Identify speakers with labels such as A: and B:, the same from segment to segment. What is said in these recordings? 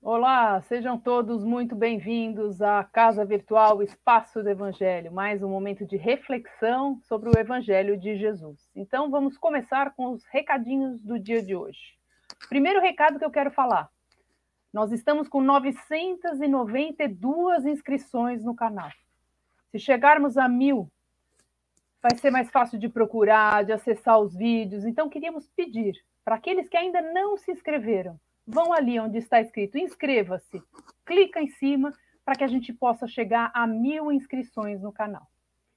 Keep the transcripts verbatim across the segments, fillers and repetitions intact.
A: Olá, sejam todos muito bem-vindos à Casa Virtual Espaço do Evangelho, mais um momento de reflexão sobre o Evangelho de Jesus. Então, vamos começar com os recadinhos do dia de hoje. Primeiro recado que eu quero falar, nós estamos com novecentas e noventa e duas inscrições no canal. Se chegarmos a mil, vai ser mais fácil de procurar, de acessar os vídeos, então queríamos pedir para aqueles que ainda não se inscreveram, vão ali onde está escrito inscreva-se, clica em cima para que a gente possa chegar a mil inscrições no canal.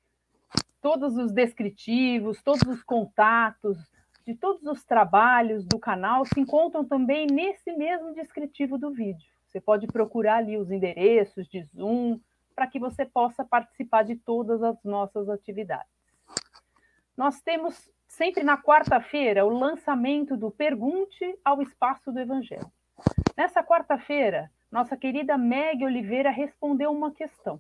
A: Todos os descritivos, todos os contatos de todos os trabalhos do canal se encontram também nesse mesmo descritivo do vídeo. Você pode procurar ali os endereços de Zoom para que você possa participar de todas as nossas atividades. Nós temos sempre na quarta-feira o lançamento do Pergunte ao Espaço do Evangelho. Nessa quarta-feira, nossa querida Meg Oliveira respondeu uma questão.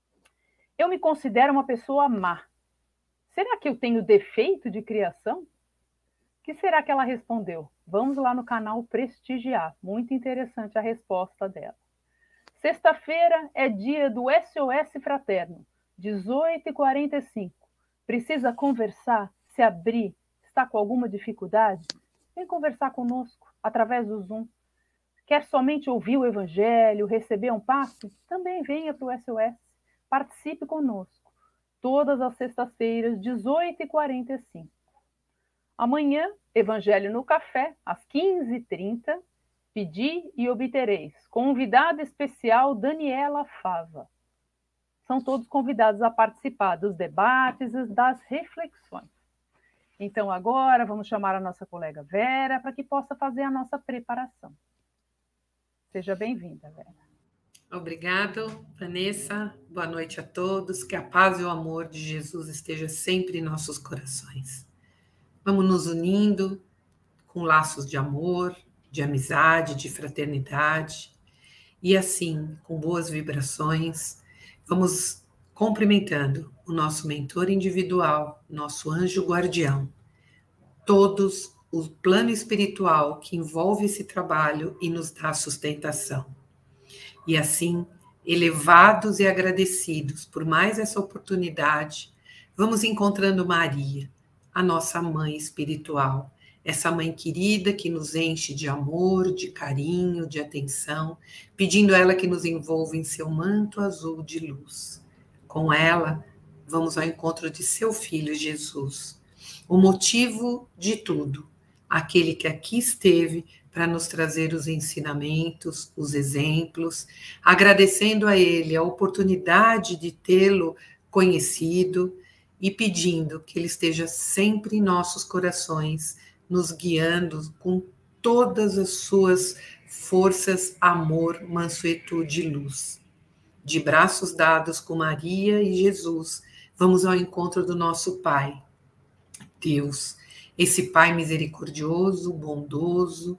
A: Eu me considero uma pessoa má. Será que eu tenho defeito de criação? O que será que ela respondeu? Vamos lá no canal prestigiar. Muito interessante a resposta dela. Sexta-feira é dia do S O S Fraterno, dezoito e quarenta e cinco. Precisa conversar, se abrir, está com alguma dificuldade? Vem conversar conosco através do Zoom. Quer somente ouvir o Evangelho, receber um passe? Também venha para o S O S, participe conosco. Todas as sextas-feiras, dezoito e quarenta e cinco. Amanhã, Evangelho no Café, às quinze e trinta, Pedi e obtereis. Convidada especial, Daniela Fava. São todos convidados a participar dos debates e das reflexões. Então, agora, vamos chamar a nossa colega Vera para que possa fazer a nossa preparação. Seja bem-vinda, Vera.
B: Obrigada, Vanessa. Boa noite a todos. Que a paz e o amor de Jesus esteja sempre em nossos corações. Vamos nos unindo com laços de amor, de amizade, de fraternidade. E assim, com boas vibrações, vamos cumprimentando o nosso mentor individual, nosso anjo guardião, todos o plano espiritual que envolve esse trabalho e nos dá sustentação. E assim, elevados e agradecidos por mais essa oportunidade, vamos encontrando Maria, a nossa mãe espiritual, essa mãe querida que nos enche de amor, de carinho, de atenção, pedindo a ela que nos envolva em seu manto azul de luz. Com ela, vamos ao encontro de seu filho Jesus, o motivo de tudo, aquele que aqui esteve para nos trazer os ensinamentos, os exemplos, agradecendo a ele a oportunidade de tê-lo conhecido e pedindo que ele esteja sempre em nossos corações, nos guiando com todas as suas forças, amor, mansuetude e luz. De braços dados com Maria e Jesus, vamos ao encontro do nosso Pai, Deus, esse Pai misericordioso, bondoso,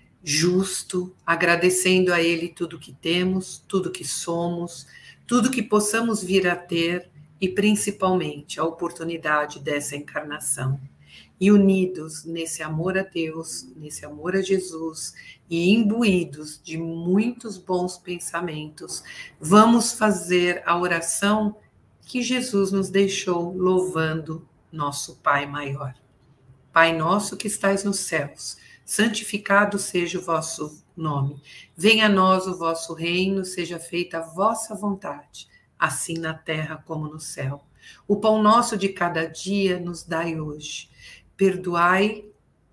B: justo, agradecendo a Ele tudo que temos, tudo que somos, tudo que possamos vir a ter e principalmente a oportunidade dessa encarnação. E unidos nesse amor a Deus, nesse amor a Jesus e imbuídos de muitos bons pensamentos, vamos fazer a oração que Jesus nos deixou louvando nosso Pai maior. Pai nosso que estais nos céus, santificado seja o vosso nome. Venha a nós o vosso reino, seja feita a vossa vontade, assim na terra como no céu. O pão nosso de cada dia nos dai hoje. Perdoai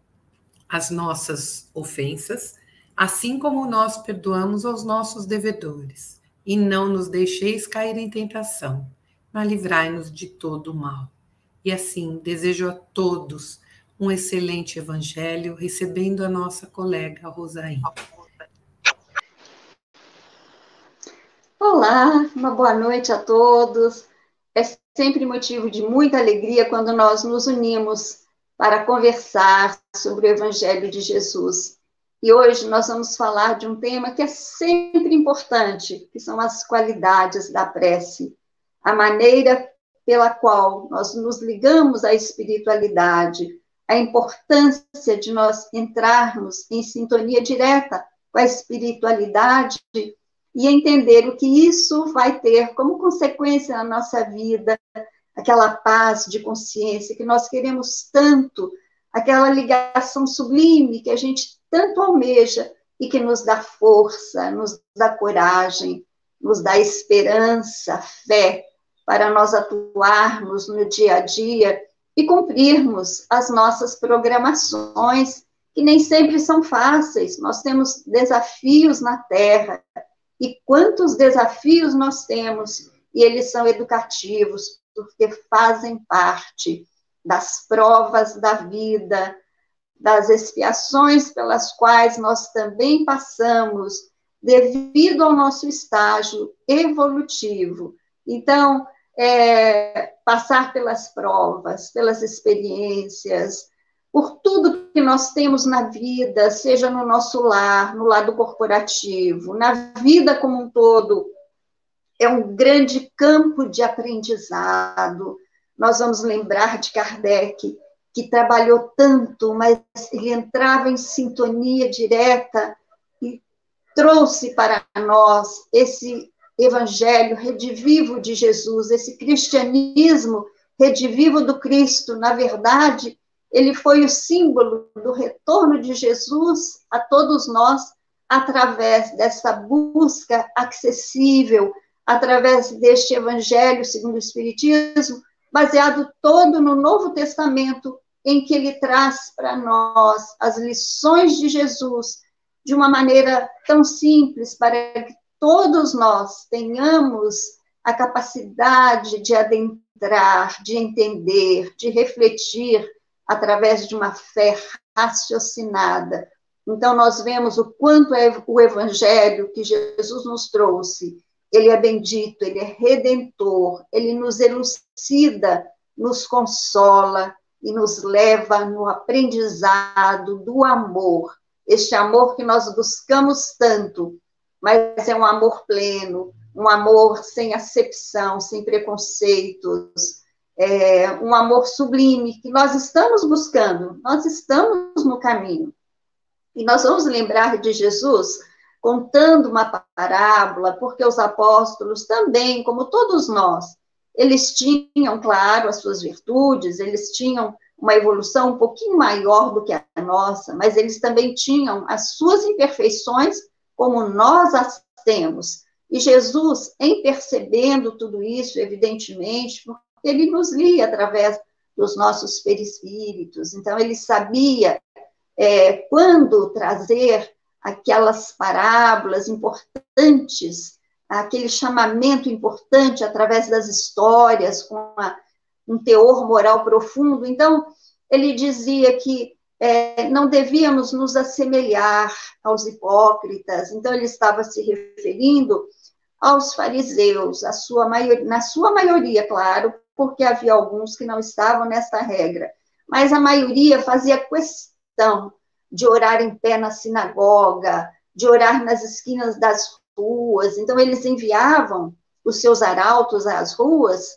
B: as nossas ofensas, assim como nós perdoamos aos nossos devedores. E não nos deixeis cair em tentação, mas livrai-nos de todo o mal. E assim, desejo a todos um excelente evangelho, recebendo a nossa colega Rosaí.
C: Olá, uma boa noite a todos. É sempre motivo de muita alegria quando nós nos unimos para conversar sobre o Evangelho de Jesus. E hoje nós vamos falar de um tema que é sempre importante, que são as qualidades da prece. A maneira pela qual nós nos ligamos à espiritualidade, a importância de nós entrarmos em sintonia direta com a espiritualidade e entender o que isso vai ter como consequência na nossa vida, aquela paz de consciência que nós queremos tanto, aquela ligação sublime que a gente tanto almeja e que nos dá força, nos dá coragem, nos dá esperança, fé, para nós atuarmos no dia a dia e cumprirmos as nossas programações, que nem sempre são fáceis. Nós temos desafios na Terra, e quantos desafios nós temos, e eles são educativos, porque fazem parte das provas da vida, das expiações pelas quais nós também passamos, devido ao nosso estágio evolutivo. Então, é, passar pelas provas, pelas experiências, por tudo que nós temos na vida, seja no nosso lar, no lado corporativo, na vida como um todo, é um grande campo de aprendizado. Nós vamos lembrar de Kardec, que trabalhou tanto, mas ele entrava em sintonia direta e trouxe para nós esse evangelho redivivo de Jesus, esse cristianismo redivivo do Cristo. Na verdade, ele foi o símbolo do retorno de Jesus a todos nós, através dessa busca acessível, através deste evangelho segundo o Espiritismo, baseado todo no Novo Testamento, em que ele traz para nós as lições de Jesus de uma maneira tão simples, para que todos nós tenhamos a capacidade de adentrar, de entender, de refletir através de uma fé raciocinada. Então, nós vemos o quanto é o evangelho que Jesus nos trouxe. Ele é bendito, ele é redentor, ele nos elucida, nos consola e nos leva no aprendizado do amor. Este amor que nós buscamos tanto, mas é um amor pleno, um amor sem acepção, sem preconceitos, é um amor sublime que nós estamos buscando, nós estamos no caminho. E nós vamos lembrar de Jesus contando uma parábola, porque os apóstolos também, como todos nós, eles tinham, claro, as suas virtudes, eles tinham uma evolução um pouquinho maior do que a nossa, mas eles também tinham as suas imperfeições, como nós as temos. E Jesus, em percebendo tudo isso, evidentemente, porque ele nos lia através dos nossos perispíritos, então ele sabia é, quando trazer aquelas parábolas importantes, aquele chamamento importante através das histórias, com uma, um teor moral profundo. Então, ele dizia que é, não devíamos nos assemelhar aos hipócritas. Então, ele estava se referindo aos fariseus, a sua maioria, na sua maioria, claro, porque havia alguns que não estavam nessa regra, mas a maioria fazia questão de orar em pé na sinagoga, de orar nas esquinas das ruas. Então, eles enviavam os seus arautos às ruas,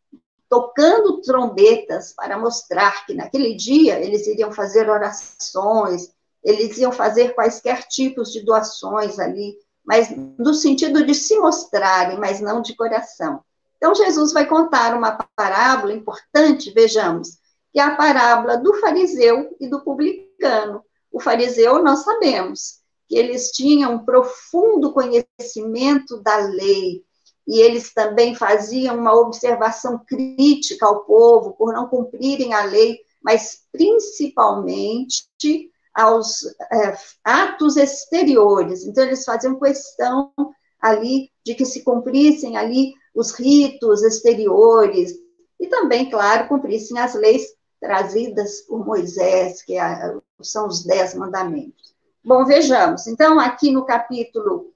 C: tocando trombetas para mostrar que naquele dia eles iriam fazer orações, eles iam fazer quaisquer tipos de doações ali, mas no sentido de se mostrarem, mas não de coração. Então, Jesus vai contar uma parábola importante, vejamos, que é a parábola do fariseu e do publicano. O fariseu, nós sabemos que eles tinham um profundo conhecimento da lei, e eles também faziam uma observação crítica ao povo por não cumprirem a lei, mas principalmente aos é, atos exteriores. Então, eles faziam questão ali de que se cumprissem ali os ritos exteriores, e também, claro, cumprissem as leis trazidas por Moisés, que é, são os dez mandamentos. Bom, vejamos. Então, aqui no capítulo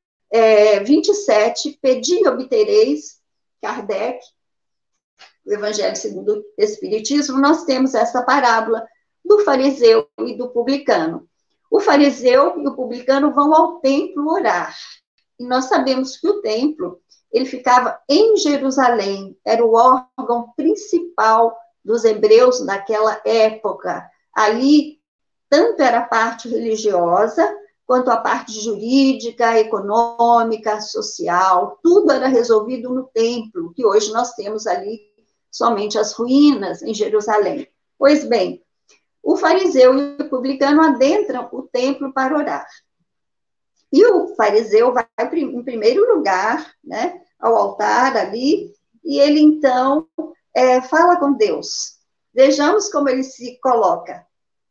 C: é, vinte e sete, pedi e obtereis, Kardec, o Evangelho segundo o Espiritismo, nós temos essa parábola do fariseu e do publicano. O fariseu e o publicano vão ao templo orar. E nós sabemos que o templo, ele ficava em Jerusalém, era o órgão principal dos hebreus daquela época. Ali, tanto era a parte religiosa, quanto à parte jurídica, econômica, social, tudo era resolvido no templo, que hoje nós temos ali somente as ruínas em Jerusalém. Pois bem, o fariseu e o publicano adentram o templo para orar. E o fariseu vai em primeiro lugar, né, ao altar ali, e ele então é, fala com Deus. Vejamos como ele se coloca.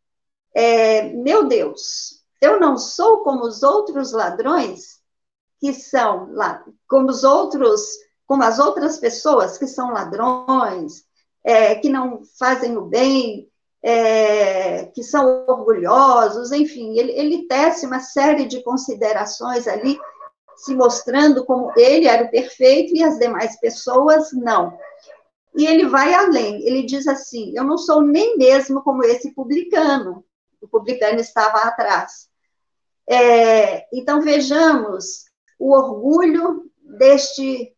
C: É, meu Deus, eu não sou como os outros ladrões, que são lá, como os outros, como as outras pessoas que são ladrões, é, que não fazem o bem, é, que são orgulhosos, enfim, ele, ele tece uma série de considerações ali, se mostrando como ele era o perfeito e as demais pessoas não. E ele vai além, ele diz assim, eu não sou nem mesmo como esse publicano, o publicano estava atrás. É, então, vejamos o orgulho deste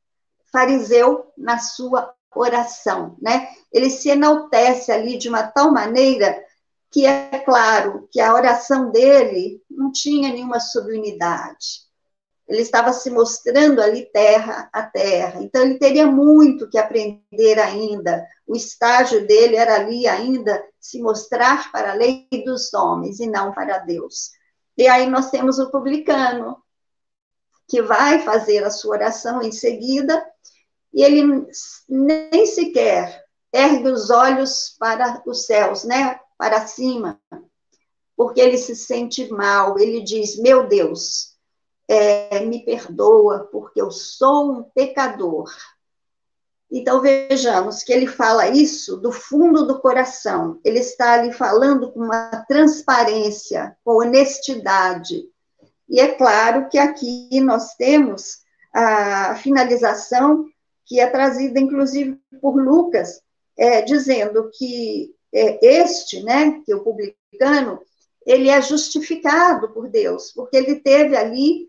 C: fariseu na sua oração, né? Ele se enaltece ali de uma tal maneira que é claro que a oração dele não tinha nenhuma sublimidade. Ele estava se mostrando ali terra a terra. Então, ele teria muito que aprender ainda. O estágio dele era ali ainda se mostrar para a lei dos homens e não para Deus. E aí nós temos o publicano, que vai fazer a sua oração em seguida, e ele nem sequer ergue os olhos para os céus, né? Para cima, porque ele se sente mal. Ele diz, meu Deus, É, me perdoa, porque eu sou um pecador. Então, vejamos que ele fala isso do fundo do coração. Ele está ali falando com uma transparência, com honestidade. E é claro que aqui nós temos a finalização que é trazida, inclusive, por Lucas, é, dizendo que é, este, né, que é o publicano, ele é justificado por Deus, porque ele teve ali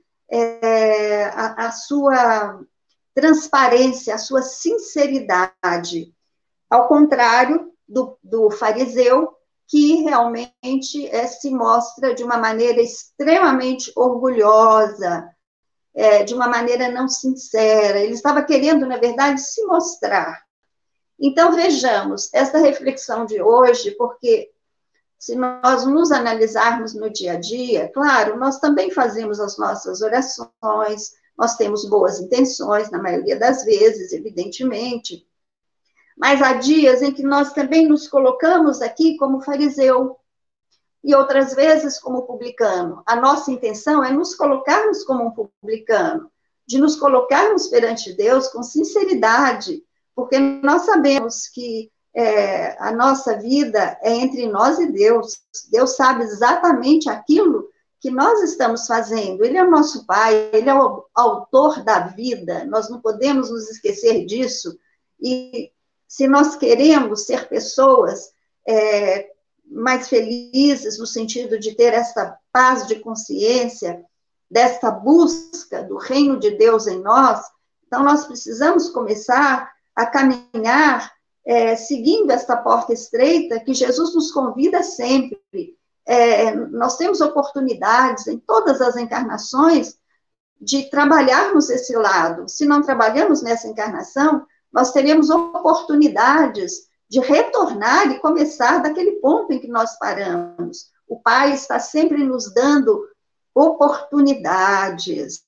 C: É, a, a sua transparência, a sua sinceridade, ao contrário do, do fariseu, que realmente é, se mostra de uma maneira extremamente orgulhosa, é, de uma maneira não sincera. Ele estava querendo, na verdade, se mostrar. Então, vejamos esta reflexão de hoje, porque se nós nos analisarmos no dia a dia, claro, nós também fazemos as nossas orações, nós temos boas intenções, na maioria das vezes, evidentemente, mas há dias em que nós também nos colocamos aqui como fariseu, e outras vezes como publicano. A nossa intenção é nos colocarmos como um publicano, de nos colocarmos perante Deus com sinceridade, porque nós sabemos que É, a nossa vida é entre nós e Deus. Deus sabe exatamente aquilo que nós estamos fazendo. Ele é o nosso Pai, Ele é o autor da vida. Nós não podemos nos esquecer disso. E se nós queremos ser pessoas é, mais felizes, no sentido de ter essa paz de consciência, desta busca do reino de Deus em nós, então nós precisamos começar a caminhar É, seguindo esta porta estreita que Jesus nos convida sempre. É, nós temos oportunidades em todas as encarnações de trabalharmos esse lado. Se não trabalhamos nessa encarnação, nós teremos oportunidades de retornar e começar daquele ponto em que nós paramos. O Pai está sempre nos dando oportunidades.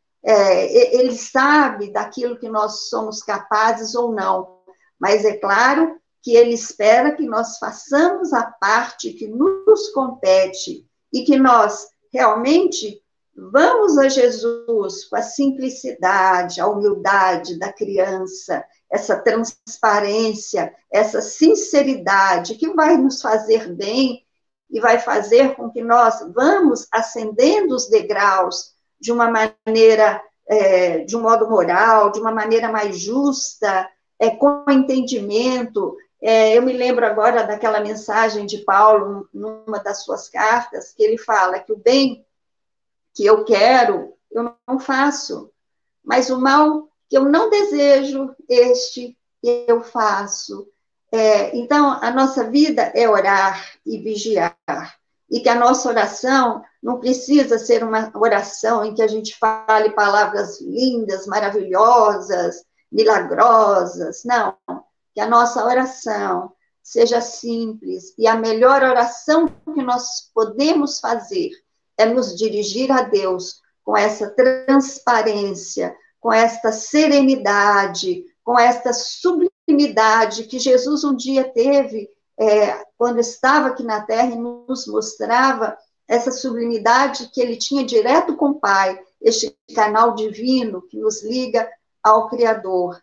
C: É, ele sabe daquilo que nós somos capazes ou não. Mas é claro que ele espera que nós façamos a parte que nos compete e que nós realmente vamos a Jesus com a simplicidade, a humildade da criança, essa transparência, essa sinceridade que vai nos fazer bem e vai fazer com que nós vamos ascendendo os degraus de uma maneira, é, de um modo moral, de uma maneira mais justa, É, com entendimento. É, eu me lembro agora daquela mensagem de Paulo, numa das suas cartas, que ele fala que o bem que eu quero, eu não faço, mas o mal que eu não desejo, este eu faço. É, então, a nossa vida é orar e vigiar. e que a nossa oração não precisa ser uma oração em que a gente fale palavras lindas, maravilhosas, milagrosas, não. Que a nossa oração seja simples, e a melhor oração que nós podemos fazer é nos dirigir a Deus com essa transparência, com esta serenidade, com esta sublimidade que Jesus um dia teve, é, quando estava aqui na Terra, e nos mostrava essa sublimidade que ele tinha direto com o Pai, este canal divino que nos liga ao Criador.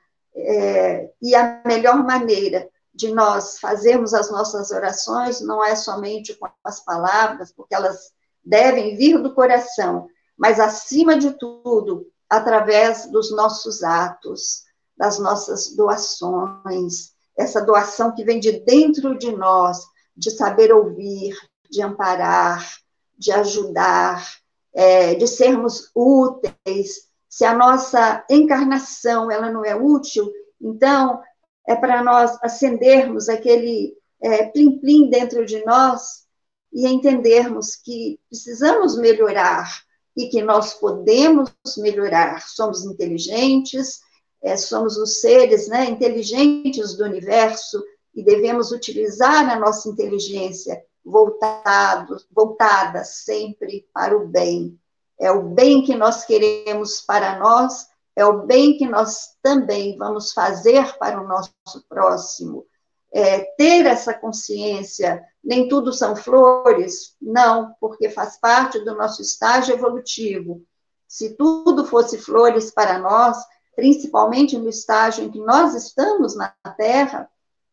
C: É, e a melhor maneira de nós fazermos as nossas orações não é somente com as palavras, porque elas devem vir do coração, mas, acima de tudo, através dos nossos atos, das nossas doações, essa doação que vem de dentro de nós, de saber ouvir, de amparar, de ajudar, é, de sermos úteis. Se a nossa encarnação ela não é útil, então é para nós acendermos aquele é, plim-plim dentro de nós e entendermos que precisamos melhorar e que nós podemos melhorar. Somos inteligentes, é, somos os seres, né, inteligentes do universo, e devemos utilizar a nossa inteligência voltado, voltada sempre para o bem. É o bem que nós queremos para nós, é o bem que nós também vamos fazer para o nosso próximo. É, ter essa consciência, nem tudo são flores, não, porque faz parte do nosso estágio evolutivo. Se tudo fosse flores para nós, principalmente no estágio em que nós estamos na Terra,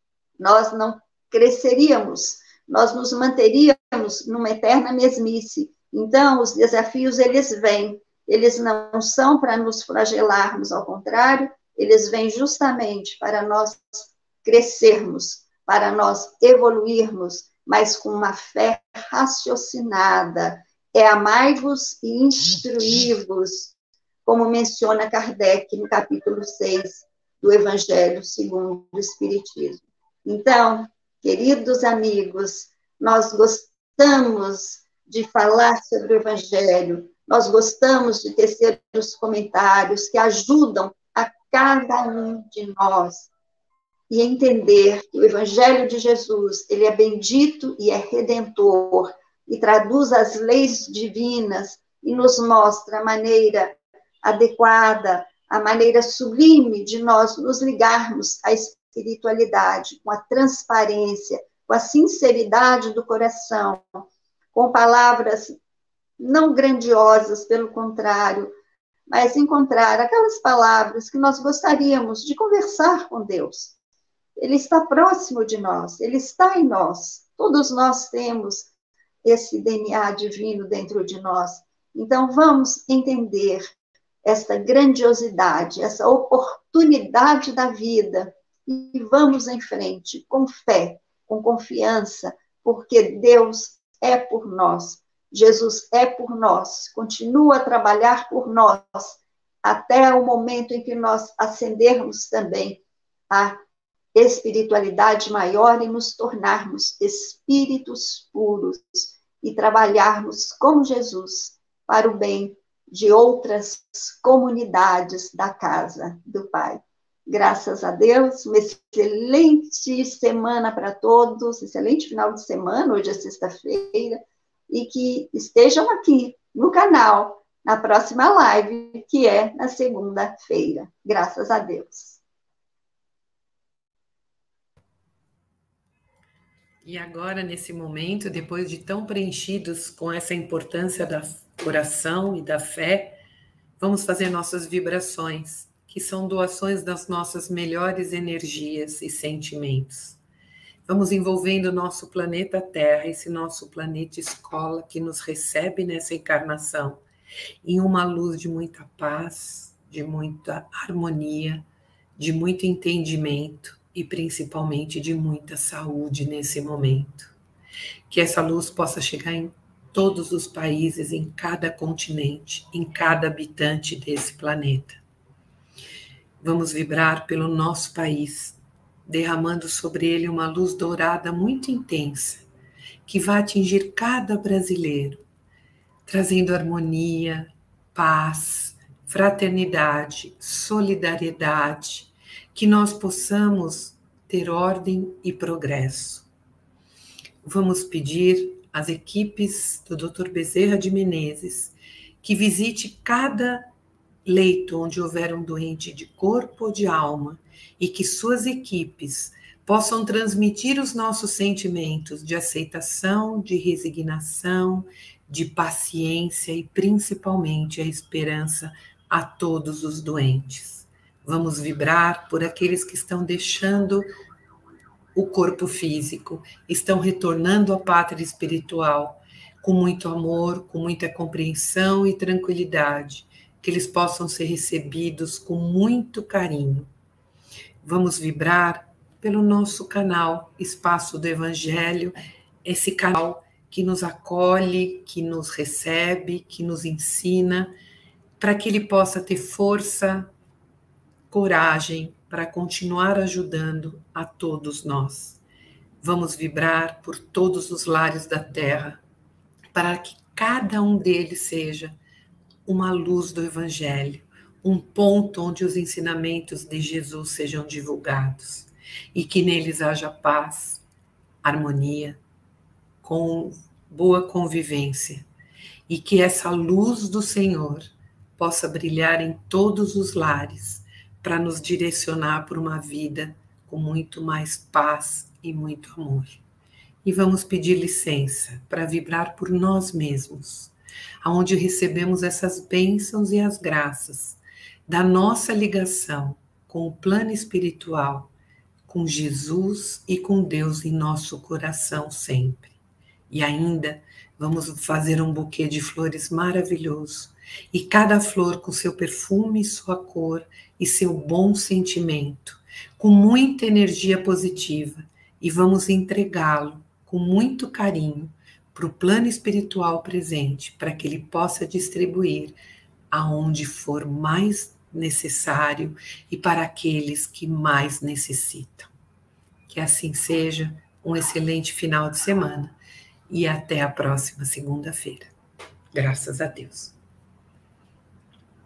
C: nós não cresceríamos, nós nos manteríamos numa eterna mesmice. Então, os desafios, eles vêm, eles não são para nos flagelarmos, ao contrário, eles vêm justamente para nós crescermos, para nós evoluirmos, mas com uma fé raciocinada. É amai-vos e instruí-vos, como menciona Kardec no capítulo seis do Evangelho segundo o Espiritismo. Então, queridos amigos, nós gostamos de falar sobre o Evangelho, nós gostamos de tecer os comentários que ajudam a cada um de nós e entender que o Evangelho de Jesus, ele é bendito e é redentor, e traduz as leis divinas e nos mostra a maneira adequada, a maneira sublime de nós nos ligarmos à espiritualidade, com a transparência, com a sinceridade do coração, com palavras não grandiosas, pelo contrário, mas encontrar aquelas palavras que nós gostaríamos de conversar com Deus. Ele está próximo de nós, ele está em nós. Todos nós temos esse D N A divino dentro de nós. Então, vamos entender esta grandiosidade, essa oportunidade da vida, e vamos em frente, com fé, com confiança, porque Deus é por nós, Jesus é por nós, continua a trabalhar por nós, até o momento em que nós ascendermos também a espiritualidade maior e nos tornarmos espíritos puros e trabalharmos com Jesus para o bem de outras comunidades da casa do Pai. Graças a Deus, uma excelente semana para todos, excelente final de semana, hoje é sexta-feira, e que estejam aqui no canal, na próxima live, que é na segunda-feira. Graças a Deus.
B: E agora, nesse momento, depois de tão preenchidos com essa importância da oração e da fé, vamos fazer nossas vibrações, que são doações das nossas melhores energias e sentimentos. Vamos envolvendo o nosso planeta Terra, esse nosso planeta escola que nos recebe nessa encarnação, em uma luz de muita paz, de muita harmonia, de muito entendimento, e principalmente de muita saúde nesse momento. Que essa luz possa chegar em todos os países, em cada continente, em cada habitante desse planeta. Vamos vibrar pelo nosso país, derramando sobre ele uma luz dourada muito intensa, que vai atingir cada brasileiro, trazendo harmonia, paz, fraternidade, solidariedade, que nós possamos ter ordem e progresso. Vamos pedir às equipes do doutor Bezerra de Menezes que visite cada leito onde houver um doente de corpo ou de alma e que suas equipes possam transmitir os nossos sentimentos de aceitação, de resignação, de paciência e principalmente a esperança a todos os doentes. Vamos vibrar por aqueles que estão deixando o corpo físico, estão retornando à pátria espiritual, com muito amor, com muita compreensão e tranquilidade, que eles possam ser recebidos com muito carinho. Vamos vibrar pelo nosso canal Espaço do Evangelho, esse canal que nos acolhe, que nos recebe, que nos ensina, para que ele possa ter força, coragem para continuar ajudando a todos nós. Vamos vibrar por todos os lares da Terra, para que cada um deles seja uma luz do Evangelho, um ponto onde os ensinamentos de Jesus sejam divulgados e que neles haja paz, harmonia, com boa convivência e que essa luz do Senhor possa brilhar em todos os lares para nos direcionar por uma vida com muito mais paz e muito amor. E vamos pedir licença para vibrar por nós mesmos, aonde recebemos essas bênçãos e as graças da nossa ligação com o plano espiritual, com Jesus e com Deus em nosso coração sempre. E ainda vamos fazer um buquê de flores maravilhoso, e cada flor com seu perfume, sua cor e seu bom sentimento, com muita energia positiva, e vamos entregá-lo com muito carinho para o plano espiritual presente, para que ele possa distribuir aonde for mais necessário e para aqueles que mais necessitam. Que assim seja, um excelente final de semana e até a próxima segunda-feira. Graças a Deus.